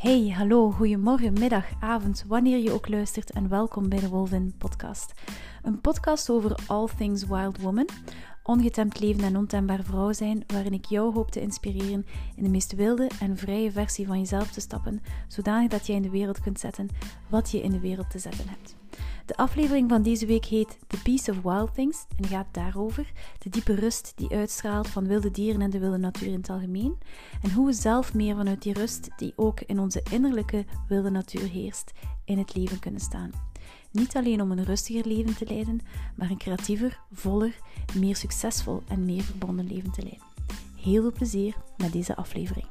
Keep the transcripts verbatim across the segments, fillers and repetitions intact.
Hey, hallo, goedemorgen, middag, avond, wanneer je ook luistert en welkom bij de Wolvin podcast. Een podcast over all things wild woman, ongetemd leven en ontembaar vrouw zijn, waarin ik jou hoop te inspireren in de meest wilde en vrije versie van jezelf te stappen, zodanig dat jij in de wereld kunt zetten wat je in de wereld te zetten hebt. De aflevering van deze week heet The Peace of Wild Things en gaat daarover de diepe rust die uitstraalt van wilde dieren en de wilde natuur in het algemeen en hoe we zelf meer vanuit die rust die ook in onze innerlijke wilde natuur heerst in het leven kunnen staan. Niet alleen om een rustiger leven te leiden, maar een creatiever, voller, meer succesvol en meer verbonden leven te leiden. Heel veel plezier met deze aflevering.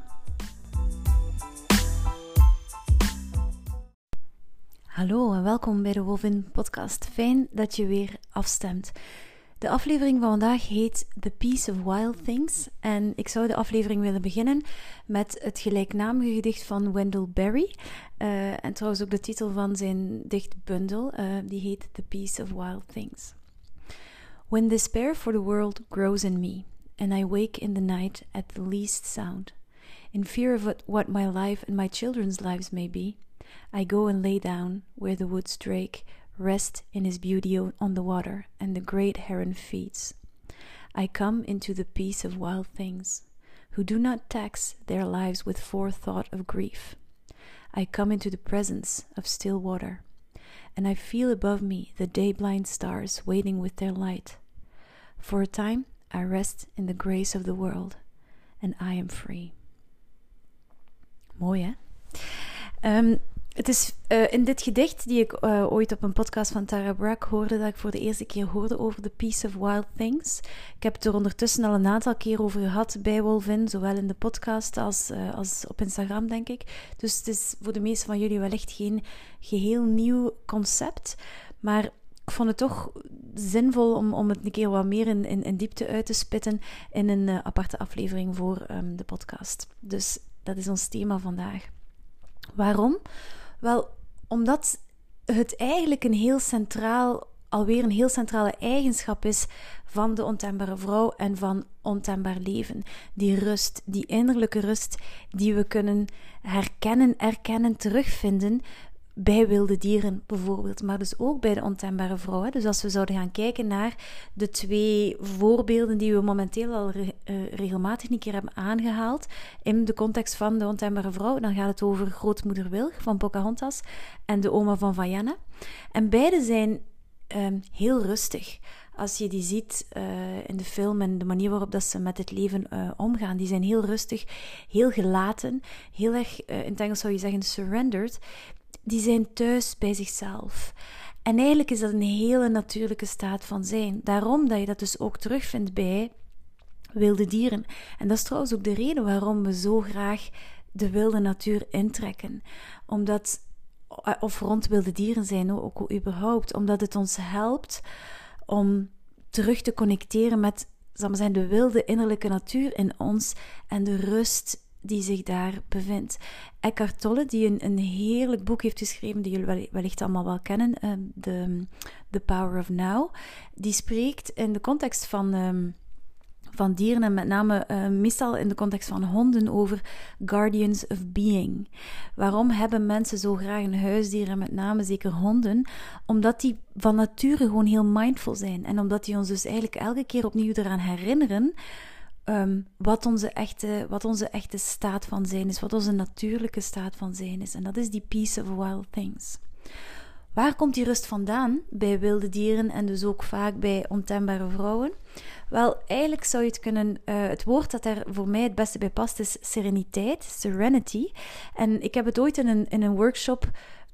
Hallo en welkom bij de Wolvin podcast. Fijn dat je weer afstemt. De aflevering van vandaag heet The Peace of Wild Things en ik zou de aflevering willen beginnen met het gelijknamige gedicht van Wendell Berry uh, en trouwens ook de titel van zijn dichtbundel, uh, die heet The Peace of Wild Things. When despair for the world grows in me and I wake in the night at the least sound, in fear of what my life and my children's lives may be, I go and lay down where the wood's drake rests in his beauty on the water and the great heron feeds. I come into the peace of wild things, who do not tax their lives with forethought of grief. I come into the presence of still water, and I feel above me the day-blind stars waiting with their light. For a time I rest in the grace of the world, and I am free. Mooi, hè? Um, Het is uh, in dit gedicht, die ik uh, ooit op een podcast van Tara Brach hoorde, dat ik voor de eerste keer hoorde over The Peace of Wild Things. Ik heb het er ondertussen al een aantal keer over gehad bij Wolvin, zowel in de podcast als, uh, als op Instagram, denk ik. Dus het is voor de meesten van jullie wellicht geen geheel nieuw concept, maar ik vond het toch zinvol om, om het een keer wat meer in, in, in diepte uit te spitten in een uh, aparte aflevering voor um, de podcast. Dus dat is ons thema vandaag. Waarom? Wel, omdat het eigenlijk een heel centraal, alweer een heel centrale eigenschap is van de ontembare vrouw en van ontembaar leven. Die rust, die innerlijke rust die we kunnen herkennen, erkennen, terugvinden bij wilde dieren bijvoorbeeld, maar dus ook bij de ontembare vrouw. Dus als we zouden gaan kijken naar de twee voorbeelden die we momenteel al re- uh, regelmatig een keer hebben aangehaald in de context van de ontembare vrouw, dan gaat het over grootmoeder Wilg van Pocahontas en de oma van Vaiana. En beide zijn um, heel rustig. Als je die ziet uh, in de film en de manier waarop dat ze met het leven uh, omgaan, die zijn heel rustig, heel gelaten, heel erg, uh, in het Engels zou je zeggen surrendered. Die zijn thuis bij zichzelf. En eigenlijk is dat een hele natuurlijke staat van zijn. Daarom dat je dat dus ook terugvindt bij wilde dieren. En dat is trouwens ook de reden waarom we zo graag de wilde natuur intrekken. Omdat, of rond wilde dieren zijn ook überhaupt. Omdat het ons helpt om terug te connecteren met, zal maar zeggen, de wilde innerlijke natuur in ons en de rust die zich daar bevindt. Eckhart Tolle, die een, een heerlijk boek heeft geschreven, die jullie wellicht allemaal wel kennen, uh, The, The Power of Now, die spreekt in de context van, um, van dieren en met name uh, meestal in de context van honden over guardians of being. Waarom hebben mensen zo graag een huisdier en met name zeker honden? Omdat die van nature gewoon heel mindful zijn en omdat die ons dus eigenlijk elke keer opnieuw eraan herinneren Um, wat, onze echte, wat onze echte staat van zijn is, wat onze natuurlijke staat van zijn is. En dat is die peace of wild things. Waar komt die rust vandaan bij wilde dieren en dus ook vaak bij ontembare vrouwen? Wel, eigenlijk zou je het kunnen, uh, het woord dat er voor mij het beste bij past is sereniteit, serenity. En ik heb het ooit in een, in een workshop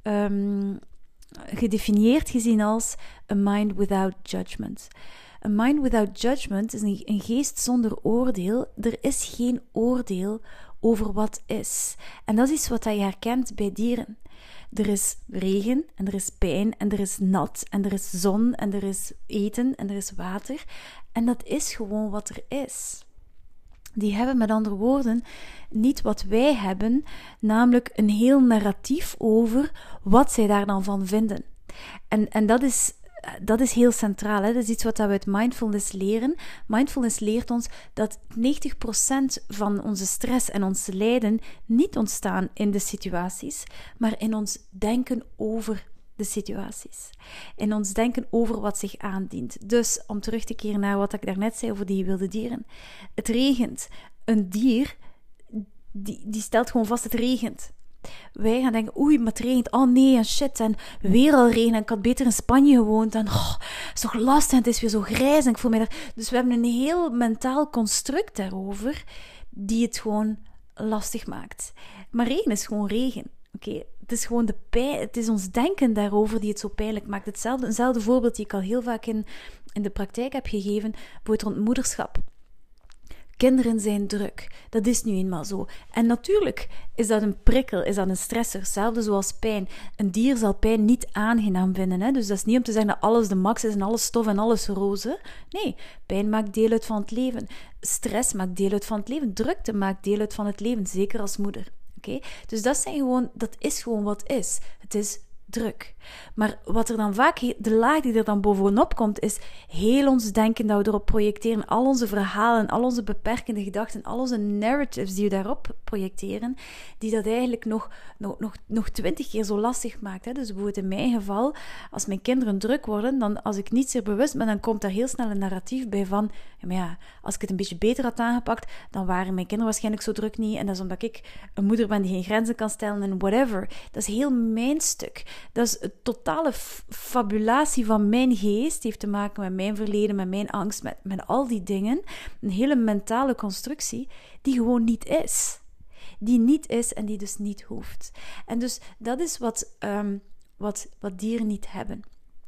um, gedefinieerd gezien als a mind without judgment. A mind without judgment is een, een geest zonder oordeel. Er is geen oordeel over wat is. En dat is iets wat je herkent bij dieren. Er is regen en er is pijn en er is nat en er is zon en er is eten en er is water. En dat is gewoon wat er is. Die hebben met andere woorden niet wat wij hebben, namelijk een heel narratief over wat zij daar dan van vinden. En, en dat is dat is heel centraal. Hè? Dat is iets wat we uit mindfulness leren. Mindfulness leert ons dat negentig procent van onze stress en ons lijden niet ontstaan in de situaties, maar in ons denken over de situaties. In ons denken over wat zich aandient. Dus, om terug te keren naar wat ik daarnet zei over die wilde dieren. Het regent. Een dier, die, die stelt gewoon vast, het regent. Wij gaan denken, oei, maar het regent, oh nee, en shit, en weer al regen, en ik had beter in Spanje gewoond, en oh, het is toch lastig, en het is weer zo grijs, en ik voel mij daar... Dus we hebben een heel mentaal construct daarover, die het gewoon lastig maakt. Maar regen is gewoon regen, oké? Okay? Het is gewoon de pijn, het is ons denken daarover die het zo pijnlijk maakt. Hetzelfde, eenzelfde voorbeeld die ik al heel vaak in, in de praktijk heb gegeven, bijvoorbeeld rond moederschap. Kinderen zijn druk. Dat is nu eenmaal zo. En natuurlijk is dat een prikkel, is dat een stressor. Hetzelfde zoals pijn. Een dier zal pijn niet aangenaam vinden. Hè? Dus dat is niet om te zeggen dat alles de max is en alles stof en alles roze. Nee, pijn maakt deel uit van het leven. Stress maakt deel uit van het leven. Drukte maakt deel uit van het leven, zeker als moeder. Okay? Dus dat, zijn gewoon, dat is gewoon wat is. Het is druk. Maar wat er dan vaak, de laag die er dan bovenop komt, is heel ons denken dat we erop projecteren, al onze verhalen, al onze beperkende gedachten, al onze narratives die we daarop projecteren, die dat eigenlijk nog, nog, nog, nog twintig keer zo lastig maakt. Hè? Dus bijvoorbeeld in mijn geval, als mijn kinderen druk worden, dan als ik niet zeer bewust ben, dan komt daar heel snel een narratief bij van, ja, maar ja, als ik het een beetje beter had aangepakt, dan waren mijn kinderen waarschijnlijk zo druk niet, en dat is omdat ik een moeder ben die geen grenzen kan stellen en whatever. Dat is heel mijn stuk. Dat is een totale f- fabulatie van mijn geest. Die heeft te maken met mijn verleden, met mijn angst, met, met al die dingen. Een hele mentale constructie die gewoon niet is. Die niet is en die dus niet hoeft. En dus dat is wat, um, wat, wat dieren niet hebben.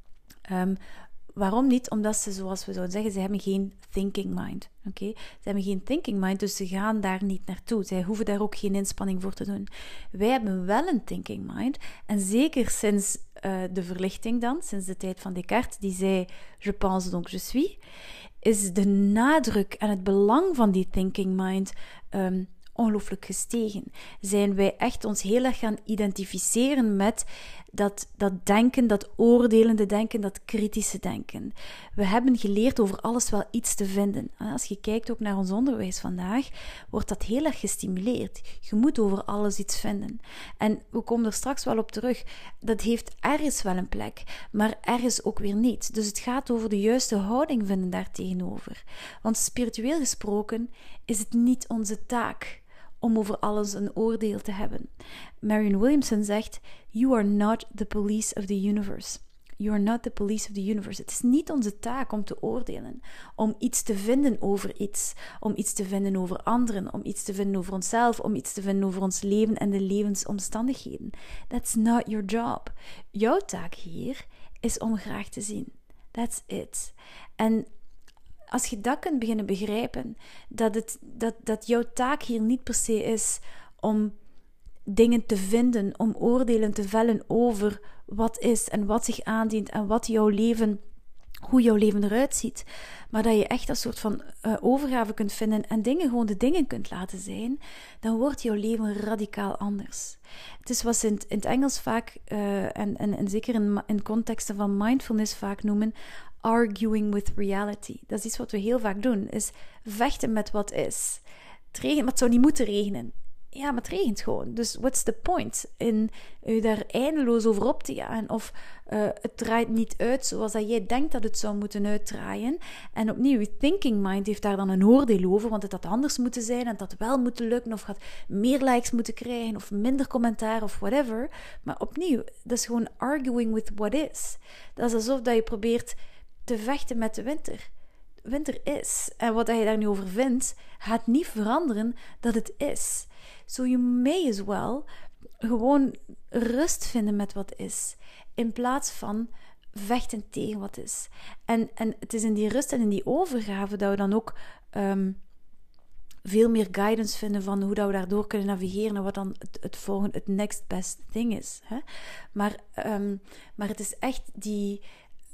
Um, Waarom niet? Omdat ze, zoals we zouden zeggen, ze hebben geen thinking mind. Okay? Ze hebben geen thinking mind, dus ze gaan daar niet naartoe. Zij hoeven daar ook geen inspanning voor te doen. Wij hebben wel een thinking mind. En zeker sinds uh, de verlichting dan, sinds de tijd van Descartes, die zei, je pense donc je suis, is de nadruk en het belang van die thinking mind um, ongelooflijk gestegen. Zijn wij echt ons heel erg gaan identificeren met dat, dat denken, dat oordelende denken, dat kritische denken. We hebben geleerd over alles wel iets te vinden. Als je kijkt ook naar ons onderwijs vandaag, wordt dat heel erg gestimuleerd. Je moet over alles iets vinden. En we komen er straks wel op terug. Dat heeft ergens wel een plek, maar ergens ook weer niet. Dus het gaat over de juiste houding vinden daartegenover. Want spiritueel gesproken is het niet onze taak om over alles een oordeel te hebben. Marianne Williamson zegt, you are not the police of the universe. You are not the police of the universe. Het is niet onze taak om te oordelen, om iets te vinden over iets, om iets te vinden over anderen, om iets te vinden over onszelf, om iets te vinden over ons leven en de levensomstandigheden. That's not your job. Jouw taak hier is om graag te zien. That's it. En als je dat kunt beginnen begrijpen, dat, het, dat, dat jouw taak hier niet per se is om dingen te vinden, om oordelen te vellen over wat is en wat zich aandient en wat jouw leven, hoe jouw leven eruit ziet, maar dat je echt een soort van uh, overgave kunt vinden en dingen gewoon de dingen kunt laten zijn, dan wordt jouw leven radicaal anders. Het is wat ze in, in het Engels vaak, uh, en, en, en zeker in, in contexten van mindfulness vaak noemen, arguing with reality. Dat is iets wat we heel vaak doen, is vechten met wat is. Het regent, maar het zou niet moeten regenen. Ja, maar het regent gewoon. Dus what's the point in je daar eindeloos over op te gaan? Of uh, het draait niet uit zoals dat jij denkt dat het zou moeten uitdraaien. En opnieuw, je thinking mind heeft daar dan een oordeel over, want het had anders moeten zijn en het had wel moeten lukken, of had meer likes moeten krijgen, of minder commentaar, of whatever. Maar opnieuw, dat is gewoon arguing with what is. Dat is alsof dat je probeert te vechten met de winter. Winter is. En wat je daar nu over vindt, gaat niet veranderen dat het is. So you may as well gewoon rust vinden met wat is, in plaats van vechten tegen wat is. En, en het is in die rust en in die overgave dat we dan ook um, veel meer guidance vinden van hoe dat we daardoor kunnen navigeren en wat dan het, het volgende, het next best thing is. Hè? Maar, um, maar het is echt die...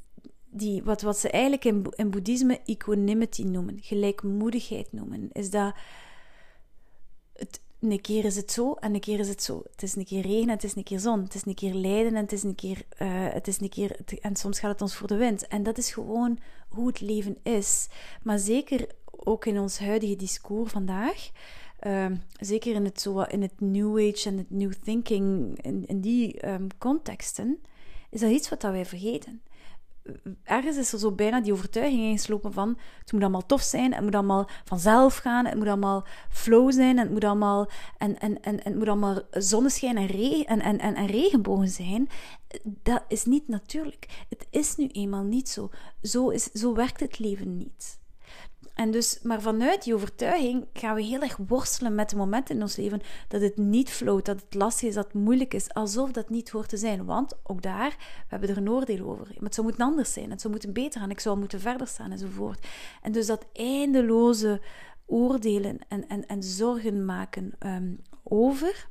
Die, wat, wat ze eigenlijk in, in boeddhisme equanimity noemen, gelijkmoedigheid noemen, is dat het, een keer is het zo en een keer is het zo. Het is een keer regen en het is een keer zon. Het is een keer lijden en het is een keer... Uh, het is een keer en soms gaat het ons voor de wind. En dat is gewoon hoe het leven is. Maar zeker ook in ons huidige discours vandaag... Uh, zeker in het, zo, in het New Age en het New Thinking, in, in die um, contexten, is dat iets wat dat wij vergeten. Ergens is er zo bijna die overtuiging ingeslopen van het moet allemaal tof zijn, het moet allemaal vanzelf gaan, het moet allemaal flow zijn, het moet allemaal, en, en, en, en het moet allemaal zonneschijn en, re- en, en, en, en regenbogen zijn. Dat is niet natuurlijk. Het is nu eenmaal niet zo. Zo, is, zo werkt het leven niet. En dus, maar vanuit die overtuiging gaan we heel erg worstelen met de momenten in ons leven dat het niet float, dat het lastig is, dat het moeilijk is, alsof dat niet hoort te zijn. Want ook daar, we hebben er een oordeel over. Maar het zou moeten anders zijn, het zou moeten beter gaan, ik zou moeten verder staan enzovoort. En dus dat eindeloze oordelen en, en, en zorgen maken um, over,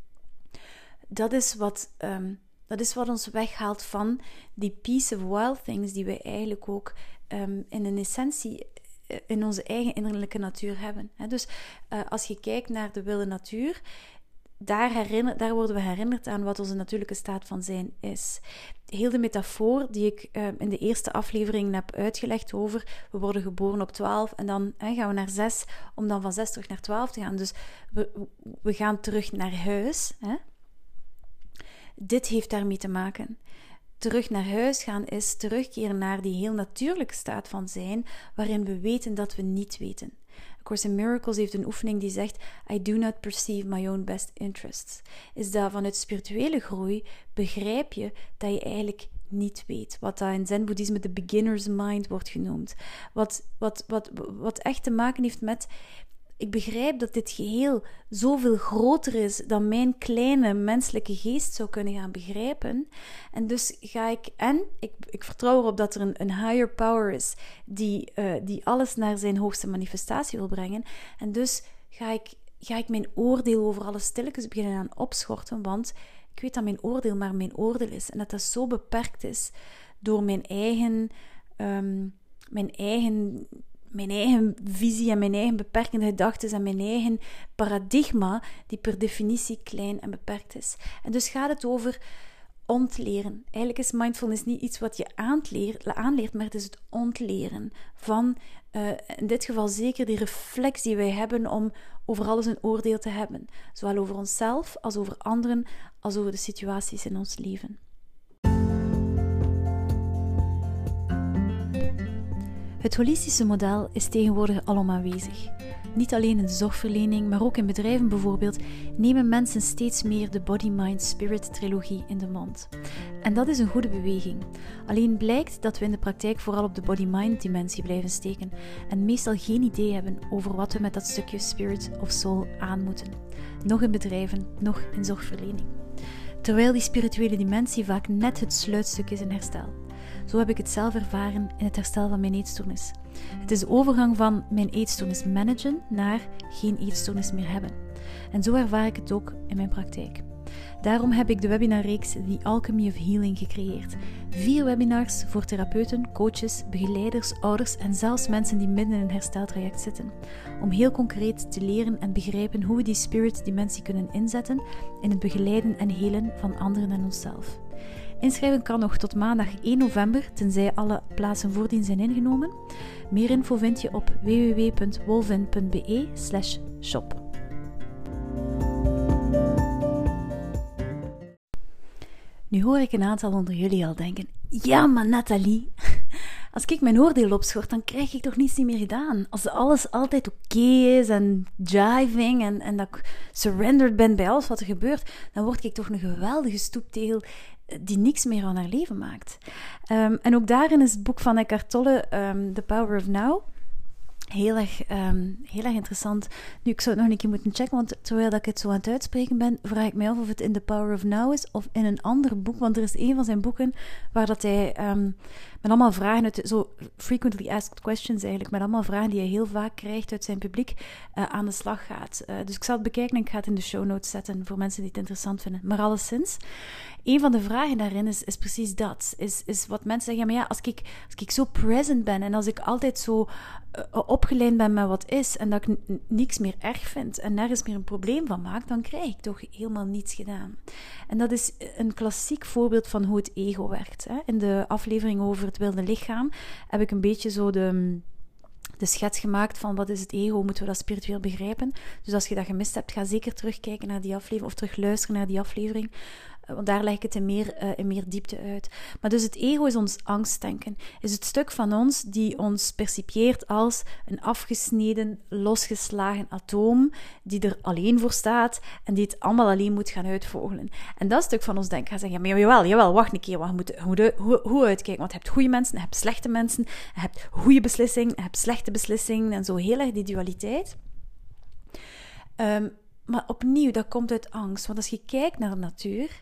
dat is wat... Um, Dat is wat ons weghaalt van die peace of wild things die we eigenlijk ook um, in een essentie in onze eigen innerlijke natuur hebben. Dus uh, als je kijkt naar de wilde natuur, daar, herinner, daar worden we herinnerd aan wat onze natuurlijke staat van zijn is. Heel de metafoor die ik uh, in de eerste aflevering heb uitgelegd over, we worden geboren op twaalf en dan hè, gaan we naar zes, om dan van zes terug naar twaalf te gaan. Dus we, we gaan terug naar huis. Hè? Dit heeft daarmee te maken. Terug naar huis gaan is terugkeren naar die heel natuurlijke staat van zijn, waarin we weten dat we niet weten. A Course in Miracles heeft een oefening die zegt I do not perceive my own best interests. Is dat vanuit spirituele groei begrijp je dat je eigenlijk niet weet. Wat dat in Zen-boeddhisme de beginner's mind wordt genoemd. Wat, wat, wat, wat echt te maken heeft met... Ik begrijp dat dit geheel zoveel groter is dan mijn kleine menselijke geest zou kunnen gaan begrijpen. En dus ga ik... En ik, ik vertrouw erop dat er een, een higher power is die, uh, die alles naar zijn hoogste manifestatie wil brengen. En dus ga ik, ga ik mijn oordeel over alles stilletjes beginnen aan opschorten, want ik weet dat mijn oordeel maar mijn oordeel is. En dat dat zo beperkt is door mijn eigen... Um, mijn eigen mijn eigen visie en mijn eigen beperkende gedachten en mijn eigen paradigma, die per definitie klein en beperkt is. En dus gaat het over ontleren. Eigenlijk is mindfulness niet iets wat je aanleert, aanleert maar het is het ontleren van, uh, in dit geval zeker die reflex die wij hebben om over alles een oordeel te hebben. Zowel over onszelf, als over anderen, als over de situaties in ons leven. Het holistische model is tegenwoordig alom aanwezig. Niet alleen in de zorgverlening, maar ook in bedrijven bijvoorbeeld, nemen mensen steeds meer de Body-Mind-Spirit-trilogie in de mond. En dat is een goede beweging. Alleen blijkt dat we in de praktijk vooral op de Body-Mind-dimensie blijven steken en meestal geen idee hebben over wat we met dat stukje spirit of soul aan moeten. Nog in bedrijven, nog in zorgverlening. Terwijl die spirituele dimensie vaak net het sluitstuk is in herstel. Zo heb ik het zelf ervaren in het herstel van mijn eetstoornis. Het is de overgang van mijn eetstoornis managen naar geen eetstoornis meer hebben. En zo ervaar ik het ook in mijn praktijk. Daarom heb ik de webinarreeks The Alchemy of Healing gecreëerd. Vier webinars voor therapeuten, coaches, begeleiders, ouders en zelfs mensen die midden in een hersteltraject zitten. Om heel concreet te leren en begrijpen hoe we die spirit-dimensie kunnen inzetten in het begeleiden en helen van anderen en onszelf. Inschrijven kan nog tot maandag één november, tenzij alle plaatsen voordien zijn ingenomen. Meer info vind je op w w w punt wolvin punt b e slash shop. Nu hoor ik een aantal onder jullie al denken, ja maar Nathalie, als ik mijn oordeel opschort, dan krijg ik toch niets niet meer gedaan. Als alles altijd oké is en jiving en, en dat ik surrendered ben bij alles wat er gebeurt, dan word ik toch een geweldige stoeptegel die niks meer van haar leven maakt. Um, en ook daarin is het boek van Eckhart Tolle, um, The Power of Now, heel erg, um, heel erg interessant. Nu, ik zou het nog een keer moeten checken, want terwijl dat ik het zo aan het uitspreken ben, vraag ik mij af of het in The Power of Now is of in een ander boek, want er is een van zijn boeken waar dat hij um, met allemaal vragen, uit, zo frequently asked questions eigenlijk, met allemaal vragen die hij heel vaak krijgt uit zijn publiek, uh, aan de slag gaat. Uh, dus ik zal het bekijken en ik ga het in de show notes zetten voor mensen die het interessant vinden. Maar alleszins, een van de vragen daarin is, is precies dat. Is, is wat mensen zeggen, maar ja, als ik, als ik zo present ben en als ik altijd zo uh, opgeleid ben met wat is en dat ik n- niks meer erg vind en nergens meer een probleem van maak, dan krijg ik toch helemaal niets gedaan. En dat is een klassiek voorbeeld van hoe het ego werkt. Hè. In de aflevering over het wilde lichaam heb ik een beetje zo de... de schets gemaakt van wat is het ego, hoe moeten we dat spiritueel begrijpen. Dus als je dat gemist hebt, ga zeker terugkijken naar die aflevering of terug luisteren naar die aflevering. Want daar leg ik het in meer, uh, in meer diepte uit. Maar dus het ego is ons angstdenken. Is het stuk van ons die ons percipieert als een afgesneden, losgeslagen atoom die er alleen voor staat en die het allemaal alleen moet gaan uitvogelen. En dat stuk van ons denken gaat zeggen, ja, maar jawel, jawel, wacht een keer, want je moet, je moet hoe, hoe uitkijken. Want je hebt goede mensen, je hebt slechte mensen, je hebt goede beslissingen, je hebt slechte beslissingen en zo heel erg die dualiteit. Um, Maar opnieuw, dat komt uit angst. Want als je kijkt naar de natuur,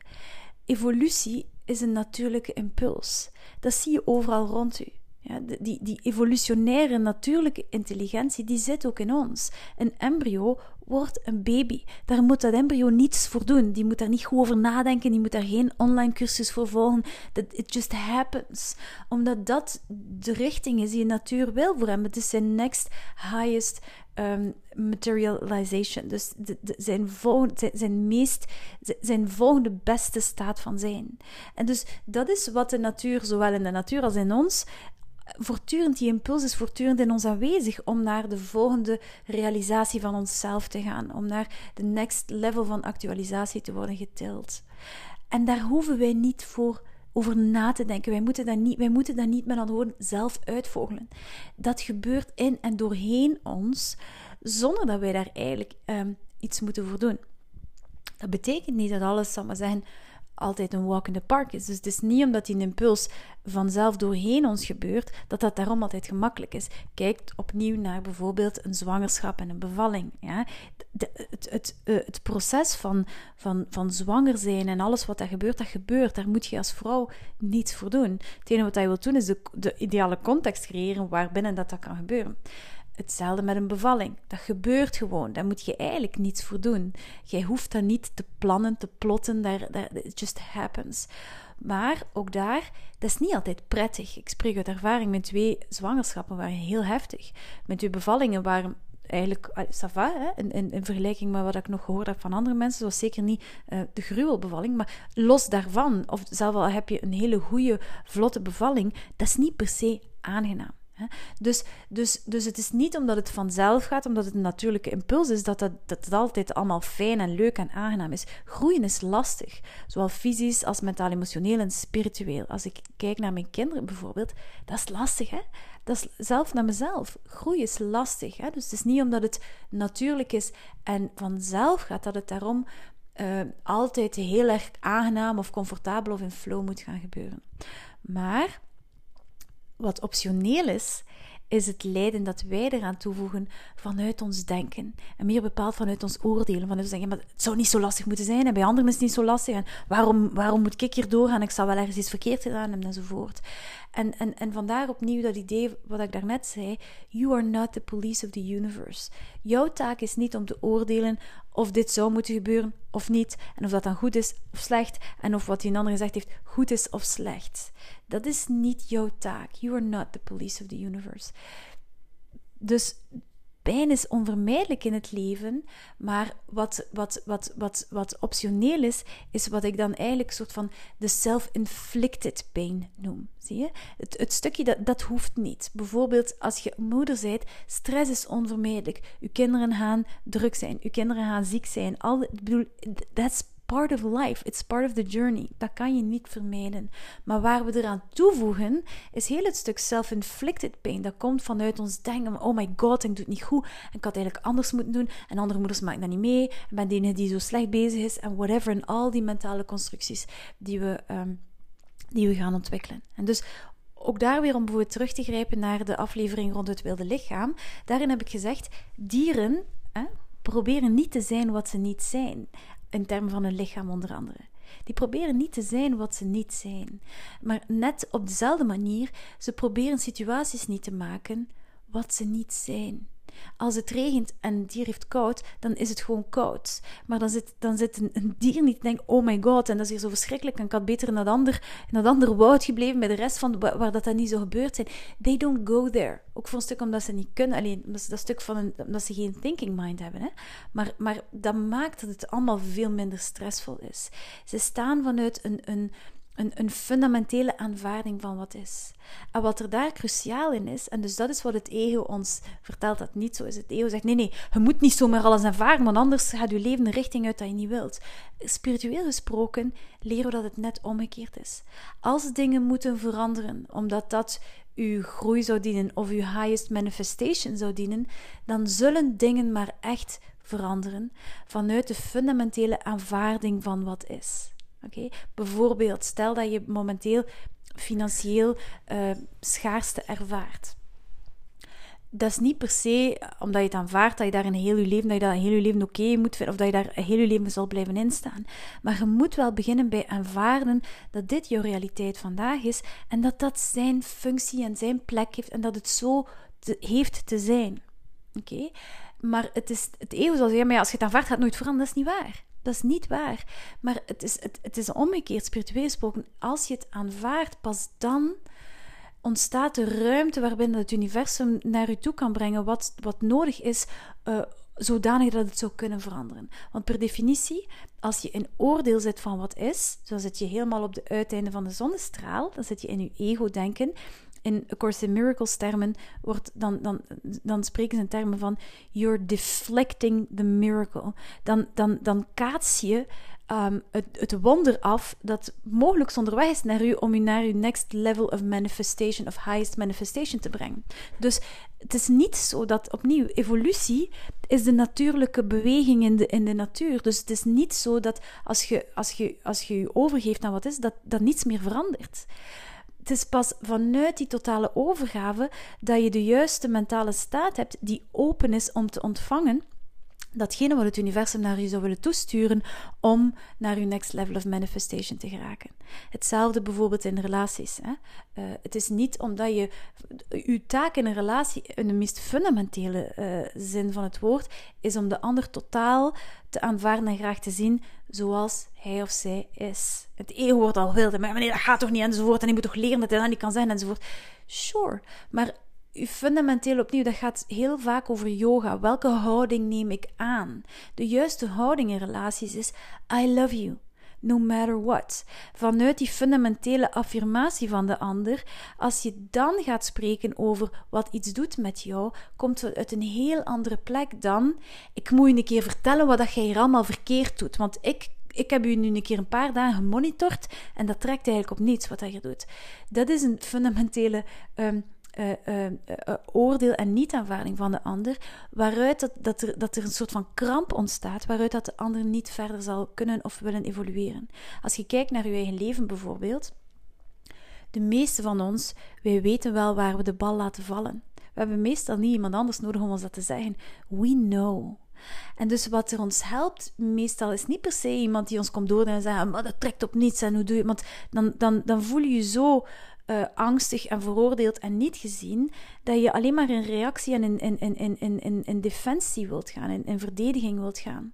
evolutie is een natuurlijke impuls. Dat zie je overal rond u. Ja, die, die evolutionaire natuurlijke intelligentie, die zit ook in ons. Een embryo wordt een baby. Daar moet dat embryo niets voor doen. Die moet daar niet goed over nadenken. Die moet daar geen online cursus voor volgen. That it just happens. Omdat dat de richting is die de natuur wil voor hem. Het is zijn next highest um, materialization. Dus de, de, zijn, volgende, zijn, zijn meest, zijn volgende beste staat van zijn. En dus dat is wat de natuur, zowel in de natuur als in ons, voortdurend, die impuls is voortdurend in ons aanwezig om naar de volgende realisatie van onszelf te gaan, om naar de next level van actualisatie te worden getild. En daar hoeven wij niet voor over na te denken. Wij moeten dat niet, wij moeten dat niet met andere woorden zelf uitvogelen. Dat gebeurt in en doorheen ons, zonder dat wij daar eigenlijk um, iets moeten voor doen. Dat betekent niet dat alles, zal maar zeggen, altijd een walk in the park is. Dus het is niet omdat die impuls vanzelf doorheen ons gebeurt, dat dat daarom altijd gemakkelijk is. Kijk opnieuw naar bijvoorbeeld een zwangerschap en een bevalling. Ja? De, het, het, het proces van, van, van zwanger zijn en alles wat daar gebeurt, dat gebeurt. Daar moet je als vrouw niets voor doen. Het enige wat je wilt doen is de, de ideale context creëren waarbinnen dat, dat kan gebeuren. Hetzelfde met een bevalling. Dat gebeurt gewoon. Daar moet je eigenlijk niets voor doen. Jij hoeft dat niet te plannen, te plotten. Daar, daar, it just happens. Maar ook daar, dat is niet altijd prettig. Ik spreek uit ervaring. Mijn twee zwangerschappen waren heel heftig. Mijn twee bevallingen waren eigenlijk ça va, hè? In, in, in vergelijking met wat ik nog gehoord heb van andere mensen. Het was zeker niet uh, de gruwelbevalling. Maar los daarvan, of zelfs al heb je een hele goede, vlotte bevalling, dat is niet per se aangenaam. Dus, dus, dus het is niet omdat het vanzelf gaat, omdat het een natuurlijke impuls is, dat, dat, dat het altijd allemaal fijn en leuk en aangenaam is. Groeien is lastig, zowel fysisch als mentaal, emotioneel en spiritueel. Als ik kijk naar mijn kinderen bijvoorbeeld, dat is lastig, hè? Dat is zelf naar mezelf. Groeien is lastig, hè? Dus het is niet omdat het natuurlijk is en vanzelf gaat, dat het daarom uh, altijd heel erg aangenaam of comfortabel of in flow moet gaan gebeuren. Maar wat optioneel is, is het lijden dat wij eraan toevoegen vanuit ons denken. En meer bepaald vanuit ons oordelen. Vanuit ons denken, maar het zou niet zo lastig moeten zijn. En bij anderen is het niet zo lastig. En waarom, waarom moet ik hier doorgaan? Ik zal wel ergens iets verkeerd gedaan hebben enzovoort. En, en, en vandaar opnieuw dat idee wat ik daarnet zei. You are not the police of the universe. Jouw taak is niet om te oordelen of dit zou moeten gebeuren of niet. En of dat dan goed is of slecht. En of wat die een ander gezegd heeft goed is of slecht. Dat is niet jouw taak. You are not the police of the universe. Dus pijn is onvermijdelijk in het leven, maar wat, wat, wat, wat, wat optioneel is, is wat ik dan eigenlijk een soort van de self-inflicted pain noem. Zie je? Het, het stukje, dat, dat hoeft niet. Bijvoorbeeld, als je moeder bent, stress is onvermijdelijk. Uw kinderen gaan druk zijn, uw kinderen gaan ziek zijn. Al, ik bedoel, that's part of life, it's part of the journey. Dat kan je niet vermijden. Maar waar we eraan toevoegen, is heel het stuk self-inflicted pain. Dat komt vanuit ons denken, oh my god, ik doe het niet goed, en ik had eigenlijk anders moeten doen, en andere moeders maken dat niet mee, en ben de enige die zo slecht bezig is, en whatever, en al die mentale constructies die we, um, die we gaan ontwikkelen. En dus ook daar weer om bijvoorbeeld terug te grijpen naar de aflevering rond het wilde lichaam, daarin heb ik gezegd, dieren eh, proberen niet te zijn wat ze niet zijn. In termen van hun lichaam onder andere. Die proberen niet te zijn wat ze niet zijn. Maar net op dezelfde manier, ze proberen situaties niet te maken wat ze niet zijn. Als het regent en het dier heeft koud, dan is het gewoon koud. Maar dan zit, dan zit een, een dier niet te denken, oh my god, en dat is hier zo verschrikkelijk, en ik had beter in dat ander, in dat ander woud gebleven bij de rest van, waar, waar dat, dat niet zo gebeurd zijn. They don't go there. Ook voor een stuk omdat ze niet kunnen, alleen omdat ze dat stuk van een, omdat ze geen thinking mind hebben. Hè? Maar, maar dat maakt dat het allemaal veel minder stressvol is. Ze staan vanuit een... een Een, een fundamentele aanvaarding van wat is. En wat er daar cruciaal in is, en dus dat is wat het ego ons vertelt dat het niet zo is. Het ego zegt, nee, nee, je moet niet zomaar alles aanvaarden, want anders gaat je leven de richting uit dat je niet wilt. Spiritueel gesproken leren we dat het net omgekeerd is. Als dingen moeten veranderen, omdat dat uw groei zou dienen, of uw highest manifestation zou dienen, dan zullen dingen maar echt veranderen vanuit de fundamentele aanvaarding van wat is. Okay? Bijvoorbeeld, stel dat je momenteel financieel uh, schaarste ervaart. Dat is niet per se omdat je het aanvaardt dat je daar in heel je leven, dat je dat in heel je leven oké okay moet vinden, of dat je daar heel je leven zal blijven instaan. Maar je moet wel beginnen bij aanvaarden dat dit jouw realiteit vandaag is en dat dat zijn functie en zijn plek heeft en dat het zo te, heeft te zijn. Oké? Okay? Maar het, is, het ego zal zeggen, maar ja, als je het aanvaardt gaat het nooit veranderen. Dat is niet waar. Dat is niet waar. Maar het is, het, het is omgekeerd, spiritueel gesproken. Als je het aanvaardt, pas dan ontstaat de ruimte waarbinnen het universum naar je toe kan brengen wat, wat nodig is, uh, zodanig dat het zou kunnen veranderen. Want per definitie, als je in oordeel zit van wat is, dan zit je helemaal op de uiteinde van de zonnestraal, dan zit je in je ego-denken. In A Course in Miracles termen wordt dan, dan, dan spreken ze in termen van you're deflecting the miracle. Dan, dan, dan kaats je um, het, het wonder af dat mogelijk onderweg is naar u om u naar uw next level of manifestation of highest manifestation te brengen. Dus het is niet zo dat, opnieuw, evolutie is de natuurlijke beweging in de, in de natuur. Dus het is niet zo dat als je als je, als je, je overgeeft aan wat is, dat, dat niets meer verandert. Het is pas vanuit die totale overgave dat je de juiste mentale staat hebt die open is om te ontvangen datgene wat het universum naar je zou willen toesturen om naar je next level of manifestation te geraken. Hetzelfde bijvoorbeeld in relaties. Hè? Uh, het is niet omdat je... Uw taak in een relatie, in de meest fundamentele uh, zin van het woord, is om de ander totaal te aanvaarden en graag te zien zoals hij of zij is. Het ego wordt al wild, maar nee, dat gaat toch niet, enzovoort, en je moet toch leren dat hij dat niet kan zijn, enzovoort. Sure, maar uw fundamenteel opnieuw, dat gaat heel vaak over yoga. Welke houding neem ik aan? De juiste houding in relaties is I love you, no matter what. Vanuit die fundamentele affirmatie van de ander, als je dan gaat spreken over wat iets doet met jou, komt het uit een heel andere plek dan ik moet je een keer vertellen wat jij hier allemaal verkeerd doet, want ik Ik heb u nu een keer een paar dagen gemonitord en dat trekt eigenlijk op niets wat hij hier doet. Dat is een fundamentele um, uh, uh, uh, oordeel en niet-aanvaarding van de ander, waaruit dat, dat, er, dat er een soort van kramp ontstaat, waaruit dat de ander niet verder zal kunnen of willen evolueren. Als je kijkt naar je eigen leven bijvoorbeeld, de meeste van ons, wij weten wel waar we de bal laten vallen. We hebben meestal niet iemand anders nodig om ons dat te zeggen. We know. En dus wat er ons helpt, meestal is niet per se iemand die ons komt door en zegt, maar dat trekt op niets en hoe doe je het? Want dan, dan, dan voel je je zo uh, angstig en veroordeeld en niet gezien, dat je alleen maar in reactie en in, in, in, in, in, in defensie wilt gaan, in, in verdediging wilt gaan.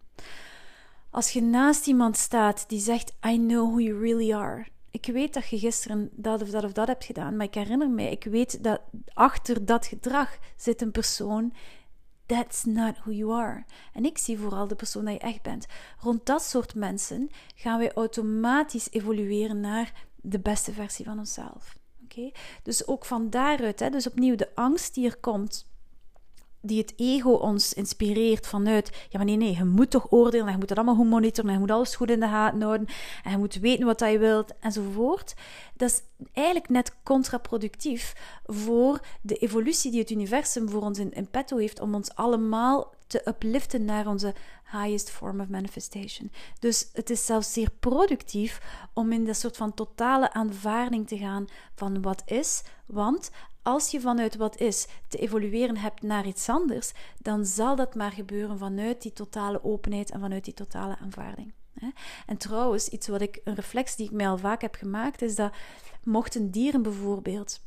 Als je naast iemand staat die zegt, I know who you really are. Ik weet dat je gisteren dat of dat of dat hebt gedaan, maar ik herinner mij, ik weet dat achter dat gedrag zit een persoon. That's not who you are. En ik zie vooral de persoon dat je echt bent. Rond dat soort mensen gaan wij automatisch evolueren naar de beste versie van onszelf. Okay? Dus ook van daaruit, hè, dus opnieuw de angst die er komt, die het ego ons inspireert vanuit, ja maar nee, nee, je moet toch oordelen, en je moet dat allemaal goed monitoren, en je moet alles goed in de gaten houden, en je moet weten wat je wilt, enzovoort. Dat is eigenlijk net contraproductief voor de evolutie die het universum voor ons in, in petto heeft, om ons allemaal te upliften naar onze highest form of manifestation. Dus het is zelfs zeer productief om in dat soort van totale aanvaarding te gaan van wat is, want als je vanuit wat is te evolueren hebt naar iets anders, dan zal dat maar gebeuren vanuit die totale openheid en vanuit die totale aanvaarding. En trouwens, iets wat ik, een reflex die ik mij al vaak heb gemaakt, is dat mochten dieren bijvoorbeeld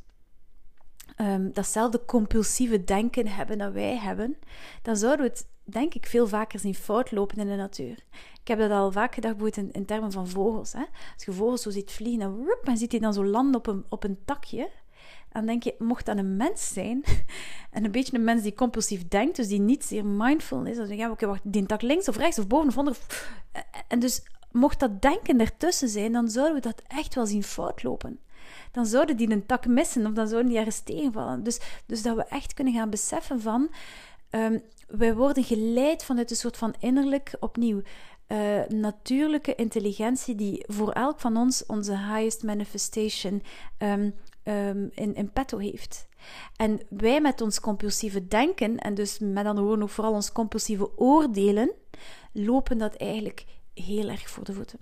um, datzelfde compulsieve denken hebben dat wij hebben, dan zouden we het, denk ik, veel vaker zien fout lopen in de natuur. Ik heb dat al vaak gedacht, bijvoorbeeld in, in termen van vogels. Hè? Als je vogels zo ziet vliegen, en, woep, en ziet hij dan zo landen op een, op een takje, dan denk je, mocht dat een mens zijn, en een beetje een mens die compulsief denkt, dus die niet zeer mindful is, dan denk je, ja, oké, wacht, die tak links of rechts of boven of onder. En dus, mocht dat denken ertussen zijn, dan zouden we dat echt wel zien fout lopen. Dan zouden die een tak missen, of dan zouden die ergens tegenvallen. Dus, dus dat we echt kunnen gaan beseffen van, um, wij worden geleid vanuit een soort van innerlijk, opnieuw, uh, natuurlijke intelligentie die voor elk van ons onze highest manifestation um, um, in, in petto heeft. En wij met ons compulsieve denken, en dus met andere woorden ook vooral ons compulsieve oordelen, lopen dat eigenlijk heel erg voor de voeten.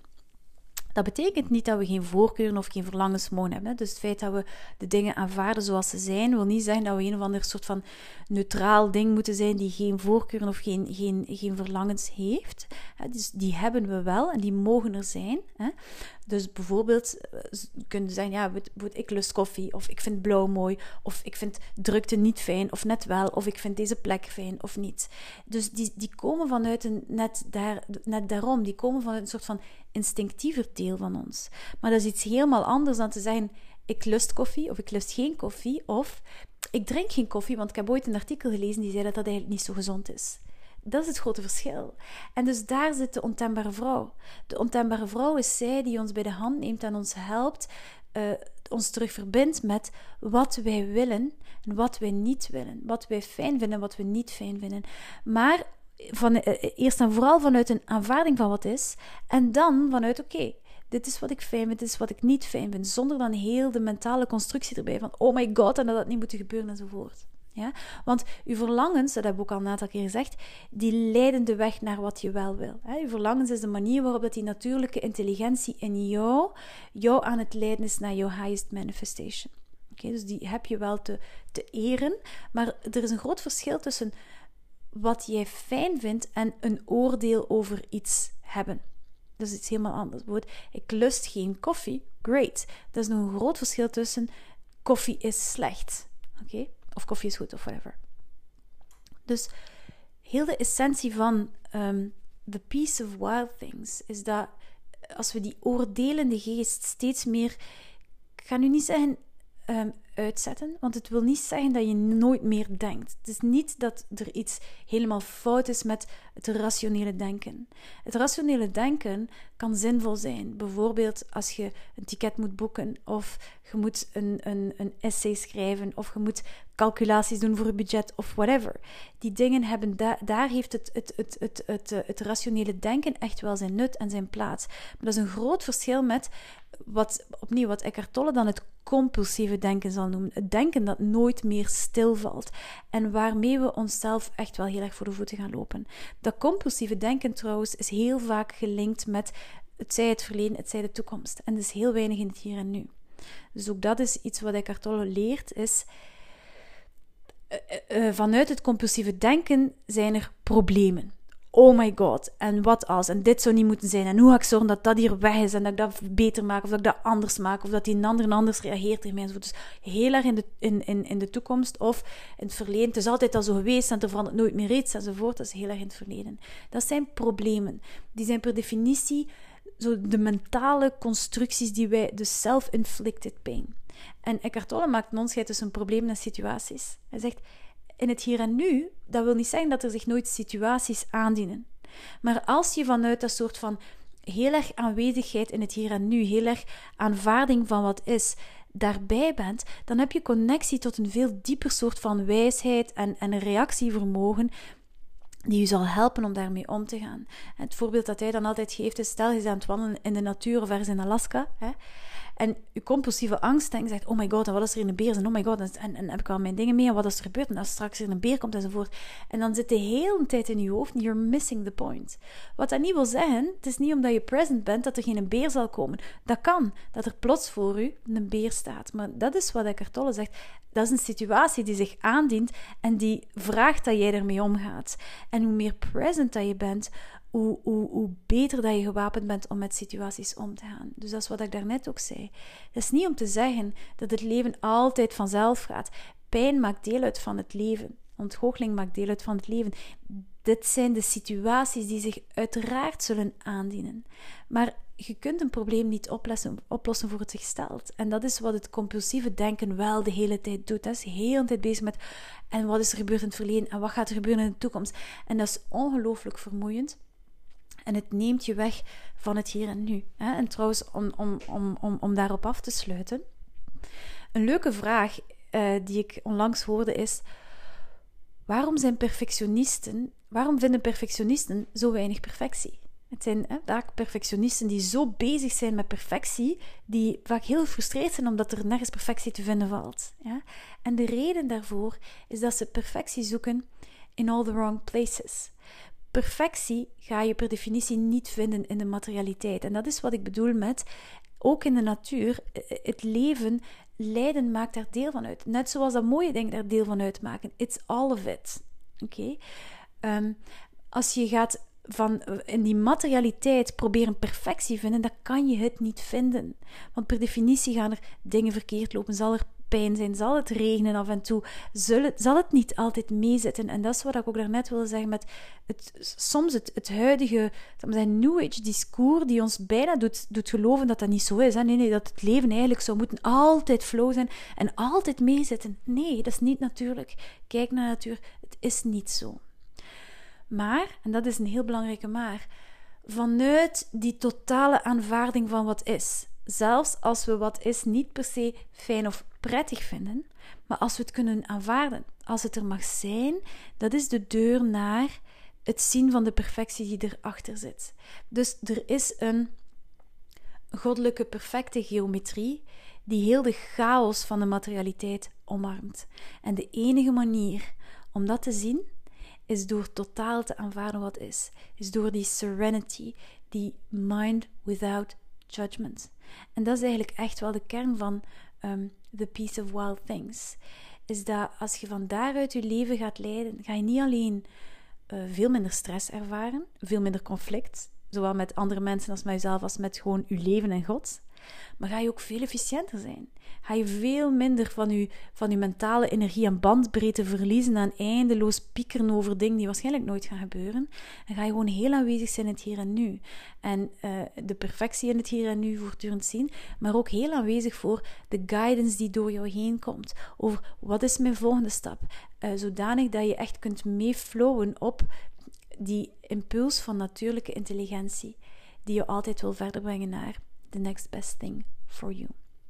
Dat betekent niet dat we geen voorkeuren of geen verlangens mogen hebben. Dus het feit dat we de dingen aanvaarden zoals ze zijn, wil niet zeggen dat we een of ander soort van neutraal ding moeten zijn die geen voorkeuren of geen, geen, geen verlangens heeft. Dus die hebben we wel en die mogen er zijn. Dus bijvoorbeeld kunnen we zeggen, ja, ik lust koffie, of ik vind blauw mooi, of ik vind drukte niet fijn, of net wel, of ik vind deze plek fijn, of niet. Dus die, die komen vanuit een, net, daar, net daarom, die komen vanuit een soort van instinctiever deel van ons. Maar dat is iets helemaal anders dan te zeggen, ik lust koffie, of ik lust geen koffie, of ik drink geen koffie, want ik heb ooit een artikel gelezen die zei dat dat eigenlijk niet zo gezond is. Dat is het grote verschil. En dus daar zit de ontembare vrouw. De ontembare vrouw is zij die ons bij de hand neemt en ons helpt, uh, ons terug verbindt met wat wij willen en wat wij niet willen. Wat wij fijn vinden en wat we niet fijn vinden. Maar van, uh, eerst en vooral vanuit een aanvaarding van wat is. En dan vanuit, oké, okay, dit is wat ik fijn vind, dit is wat ik niet fijn vind. Zonder dan heel de mentale constructie erbij van, oh my god, en dat dat niet moet gebeuren enzovoort. Ja? Want uw verlangens, dat heb ik ook al een aantal keer gezegd, die leiden de weg naar wat je wel wil. Hè? Uw verlangens is de manier waarop dat die natuurlijke intelligentie in jou, jou aan het leiden is naar jouw highest manifestation. Okay, dus die heb je wel te, te eren, maar er is een groot verschil tussen wat jij fijn vindt en een oordeel over iets hebben. Dat is iets helemaal anders. Bijvoorbeeld, ik lust geen koffie, great. Dat is nog een groot verschil tussen koffie is slecht. Oké? Okay? Of koffie is goed, of whatever. Dus heel de essentie van um, The Peace of Wild Things is dat als we die oordelende geest steeds meer, ik ga nu niet zeggen um, uitzetten, want het wil niet zeggen dat je nooit meer denkt. Het is niet dat er iets helemaal fout is met het rationele denken. Het rationele denken kan zinvol zijn. Bijvoorbeeld als je een ticket moet boeken, of je moet een, een, een essay schrijven, of je moet calculaties doen voor een budget, of whatever. Die dingen hebben, da- daar heeft het, het, het, het, het, het, het rationele denken echt wel zijn nut en zijn plaats. Maar dat is een groot verschil met wat, opnieuw, wat Eckhart Tolle dan het compulsieve denken zal noemen. Het denken dat nooit meer stilvalt. En waarmee we onszelf echt wel heel erg voor de voeten gaan lopen. Dat compulsieve denken trouwens is heel vaak gelinkt met het zij het verleden, het zij de toekomst. En dus heel weinig in het hier en nu. Dus ook dat is iets wat Eckhart Tolle leert, is uh, uh, vanuit het compulsieve denken zijn er problemen. Oh my god, en wat als, en dit zou niet moeten zijn, en hoe ga ik zorgen dat dat hier weg is, en dat ik dat beter maak, of dat ik dat anders maak, of dat die een ander anders reageert in mij, enzovoort. Dus heel erg in de, in, in, in de toekomst, of in het verleden, het is altijd al zo geweest, en er verandert nooit meer iets, enzovoort, dat is heel erg in het verleden. Dat zijn problemen. Die zijn per definitie zo de mentale constructies die wij, de self-inflicted pain. En Eckhart Tolle maakt een onderscheid tussen problemen en situaties. Hij zegt, in het hier en nu, dat wil niet zeggen dat er zich nooit situaties aandienen. Maar als je vanuit dat soort van heel erg aanwezigheid in het hier en nu, heel erg aanvaarding van wat is, daarbij bent, dan heb je connectie tot een veel dieper soort van wijsheid en, en een reactievermogen die je zal helpen om daarmee om te gaan. Het voorbeeld dat hij dan altijd geeft is, stel je bent aan het wandelen in de natuur of ergens in Alaska, hè, en je compulsieve angst en je zegt, oh my god, en wat als er een beer is, en oh my god, en, en, en heb ik al mijn dingen mee, en wat als er gebeurt, en als straks er een beer komt, enzovoort. En dan zit de hele tijd in je hoofd, you're missing the point. Wat dat niet wil zeggen, het is niet omdat je present bent, dat er geen beer zal komen. Dat kan, dat er plots voor u een beer staat. Maar dat is wat Eckhart Tolle zegt. Dat is een situatie die zich aandient en die vraagt dat jij ermee omgaat. En hoe meer present dat je bent, hoe, hoe, hoe beter dat je gewapend bent om met situaties om te gaan. Dus dat is wat ik daarnet ook zei. Dat is niet om te zeggen dat het leven altijd vanzelf gaat. Pijn maakt deel uit van het leven. Ontgoocheling maakt deel uit van het leven. Dit zijn de situaties die zich uiteraard zullen aandienen. Maar je kunt een probleem niet oplossen, oplossen voor het zich stelt. En dat is wat het compulsieve denken wel de hele tijd doet. Dat is de hele tijd bezig met en wat is er gebeurd in het verleden en wat gaat er gebeuren in de toekomst. En dat is ongelooflijk vermoeiend. En het neemt je weg van het hier en nu. En trouwens, om, om, om, om, om daarop af te sluiten. Een leuke vraag uh, die ik onlangs hoorde is: waarom zijn perfectionisten, waarom vinden perfectionisten zo weinig perfectie? Het zijn hè, vaak perfectionisten die zo bezig zijn met perfectie, die vaak heel gefrustreerd zijn omdat er nergens perfectie te vinden valt. Ja? En de reden daarvoor is dat ze perfectie zoeken in all the wrong places. Perfectie ga je per definitie niet vinden in de materialiteit. En dat is wat ik bedoel met, ook in de natuur, het leven, lijden maakt daar deel van uit. Net zoals dat mooie dingen daar deel van uitmaken. It's all of it. Oké? Okay? Um, als je gaat van in die materialiteit proberen perfectie vinden, dan kan je het niet vinden. Want per definitie gaan er dingen verkeerd lopen, zal er pijn zijn, zal het regenen af en toe, zal het, zal het niet altijd meezitten. En dat is wat ik ook daarnet wilde zeggen met het, soms het, het huidige zijn New Age discours die ons bijna doet, doet geloven dat dat niet zo is. Hè? Nee, nee, dat het leven eigenlijk zou moeten altijd flow zijn en altijd meezitten. Nee, dat is niet natuurlijk. Kijk naar de natuur, het is niet zo. Maar, en dat is een heel belangrijke maar, vanuit die totale aanvaarding van wat is, zelfs als we wat is niet per se fijn of prettig vinden, maar als we het kunnen aanvaarden, als het er mag zijn, dat is de deur naar het zien van de perfectie die erachter zit. Dus er is een goddelijke perfecte geometrie die heel de chaos van de materialiteit omarmt. En de enige manier om dat te zien is door totaal te aanvaarden wat is. Is door die serenity, die mind without judgment. En dat is eigenlijk echt wel de kern van um, The Peace of Wild Things. Is dat als je van daaruit je leven gaat leiden, ga je niet alleen uh, veel minder stress ervaren, veel minder conflict, zowel met andere mensen als met jezelf, als met gewoon je leven en God. Maar ga je ook veel efficiënter zijn. Ga je veel minder van je, van je mentale energie en bandbreedte verliezen aan eindeloos piekeren over dingen die waarschijnlijk nooit gaan gebeuren. En ga je gewoon heel aanwezig zijn in het hier en nu. En uh, de perfectie in het hier en nu voortdurend zien, maar ook heel aanwezig voor de guidance die door jou heen komt. Over wat is mijn volgende stap. Uh, zodanig dat je echt kunt meeflowen op die impuls van natuurlijke intelligentie die je altijd wil verder brengen naar the next best thing for you.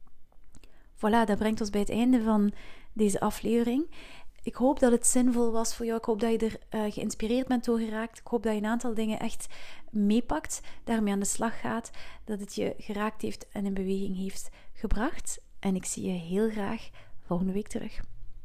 Voilà, dat brengt ons bij het einde van deze aflevering. Ik hoop dat het zinvol was voor jou. Ik hoop dat je er uh, geïnspireerd bent door geraakt. Ik hoop dat je een aantal dingen echt meepakt, daarmee aan de slag gaat, dat het je geraakt heeft en in beweging heeft gebracht. En ik zie je heel graag volgende week terug.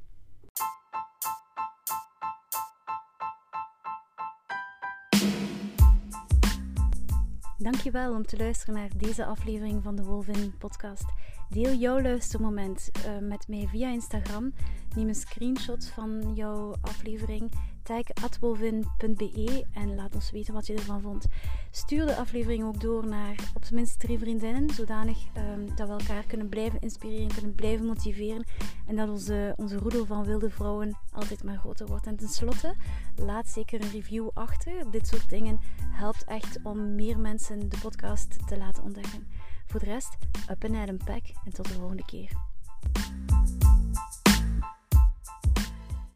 Dankjewel om te luisteren naar deze aflevering van de Wolvin podcast. Deel jouw luistermoment uh, met mij via Instagram. Neem een screenshot van jouw aflevering. Tag at wolvin punt b e en laat ons weten wat je ervan vond. Stuur de aflevering ook door naar op zijn minst drie vriendinnen, zodanig um, dat we elkaar kunnen blijven inspireren, kunnen blijven motiveren en dat onze, onze roedel van wilde vrouwen altijd maar groter wordt. En tenslotte, laat zeker een review achter. Dit soort dingen helpt echt om meer mensen de podcast te laten ontdekken. Voor de rest, up and at 'em pack en tot de volgende keer.